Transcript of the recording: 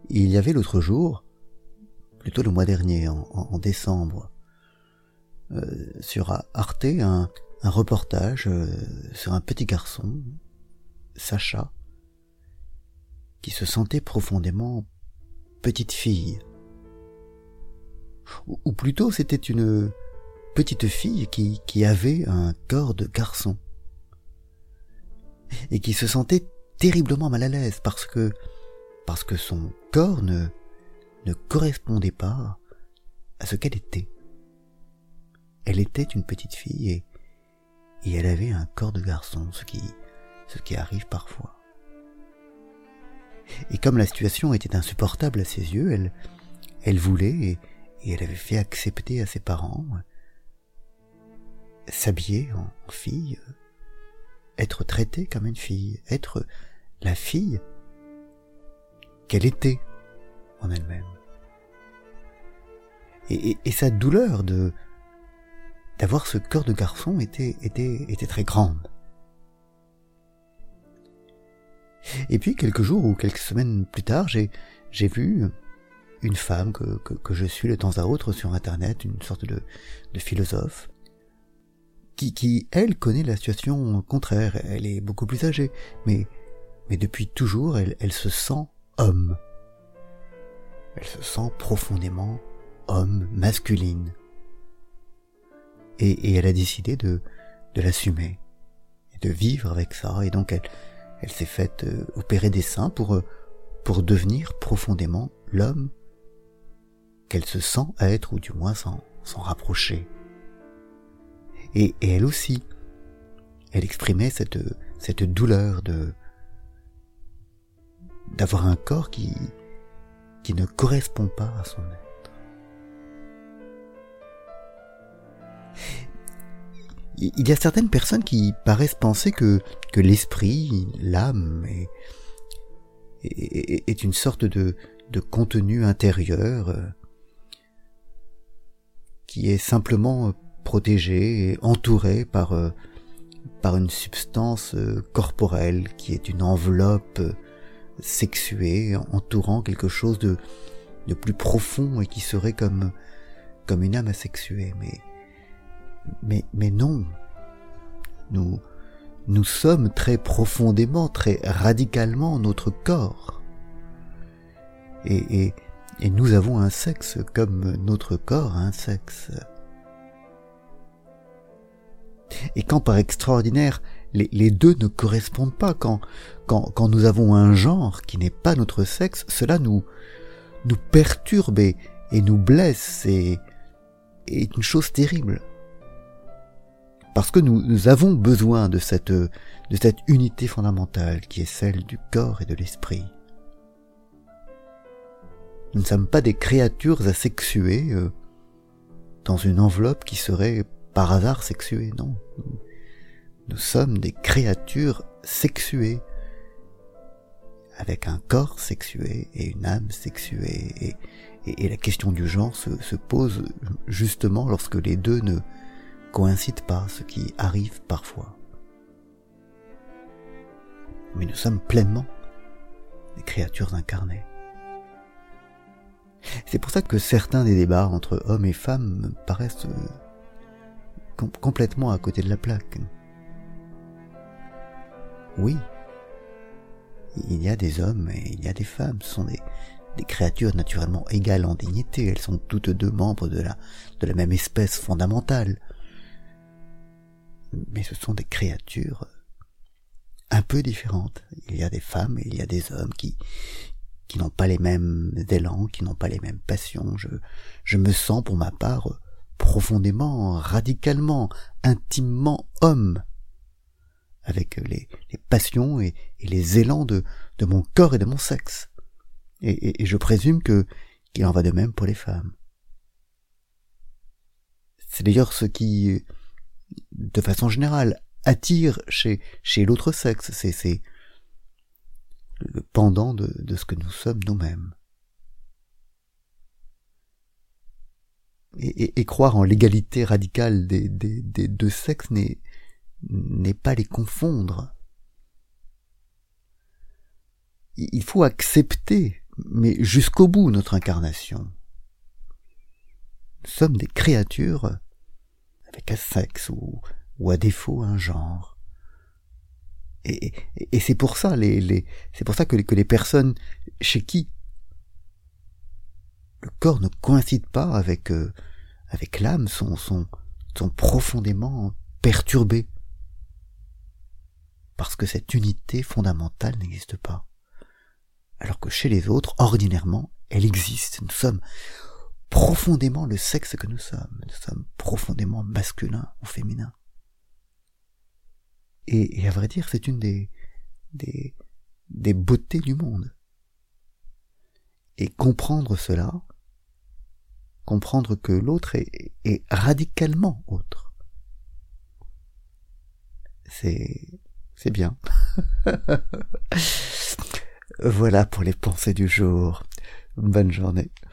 Il y avait l'autre jour, plutôt le mois dernier, en décembre, sur Arte, un reportage sur un petit garçon, Sacha, qui se sentait profondément petite fille. Ou plutôt, c'était une petite fille qui avait un corps de garçon. Et qui se sentait terriblement mal à l'aise parce que son corps ne correspondait pas à ce qu'elle était. Elle était une petite fille et elle avait un corps de garçon, ce qui arrive parfois. Et comme la situation était insupportable à ses yeux, elle voulait, et elle avait fait accepter à ses parents, s'habiller en fille, être traitée comme une fille, être la fille qu'elle était en elle-même. Et sa douleur d'avoir ce corps de garçon était très grande. Et puis quelques jours ou quelques semaines plus tard, j'ai vu une femme que je suis de temps à autre sur internet, une sorte de philosophe, qui elle connaît la situation contraire. Elle est beaucoup plus âgée, mais depuis toujours elle se sent homme. Elle se sent profondément homme, masculine. Et elle a décidé de l'assumer et de vivre avec ça. Et donc elle s'est faite opérer des seins pour devenir profondément l'homme qu'elle se sent être, ou du moins s'en rapprocher. Et elle aussi, elle exprimait cette douleur d'avoir un corps qui ne correspond pas à son être. Il y a certaines personnes qui paraissent penser que l'esprit, l'âme, est une sorte de contenu intérieur qui est simplement protégé et entouré par une substance corporelle qui est une enveloppe sexuée entourant quelque chose de plus profond et qui serait comme une âme asexuée. Mais non, nous sommes très profondément, très radicalement notre corps. Et nous avons un sexe comme notre corps a un sexe. Et quand par extraordinaire, les deux ne correspondent pas, quand nous avons un genre qui n'est pas notre sexe, cela nous perturbe et nous blesse et est une chose terrible. Parce que nous avons besoin de cette unité fondamentale qui est celle du corps et de l'esprit. Nous ne sommes pas des créatures asexuées dans une enveloppe qui serait par hasard sexuée, non. Nous sommes des créatures sexuées, avec un corps sexué et une âme sexuée. Et la question du genre se pose justement lorsque les deux ne coïncident pas, ce qui arrive parfois. Mais nous sommes pleinement des créatures incarnées. C'est pour ça que certains des débats entre hommes et femmes me paraissent complètement à côté de la plaque. Oui, il y a des hommes et il y a des femmes. Ce sont des créatures naturellement égales en dignité. Elles sont toutes deux membres de la même espèce fondamentale. Mais ce sont des créatures un peu différentes. Il y a des femmes et il y a des hommes qui n'ont pas les mêmes élans, qui n'ont pas les mêmes passions. Je me sens pour ma part profondément, radicalement, intimement homme, avec les passions et les élans de mon corps et de mon sexe. Et je présume qu'il en va de même pour les femmes. C'est d'ailleurs ce qui, de façon générale, attire chez l'autre sexe. C'est le pendant de ce que nous sommes nous-mêmes. Et croire en l'égalité radicale des deux sexes n'est pas les confondre. Il faut accepter mais jusqu'au bout notre incarnation. Nous sommes des créatures avec un sexe ou à défaut un genre. Et c'est pour ça c'est pour ça que les personnes chez qui le corps ne coïncide pas avec l'âme sont profondément perturbées, parce que cette unité fondamentale n'existe pas, alors que chez les autres, ordinairement, elle existe. Nous sommes profondément le sexe que nous sommes profondément masculins ou féminins. Et à vrai dire, c'est une des beautés du monde. Et comprendre cela, comprendre que l'autre est radicalement autre, c'est bien. Voilà pour les pensées du jour. Bonne journée.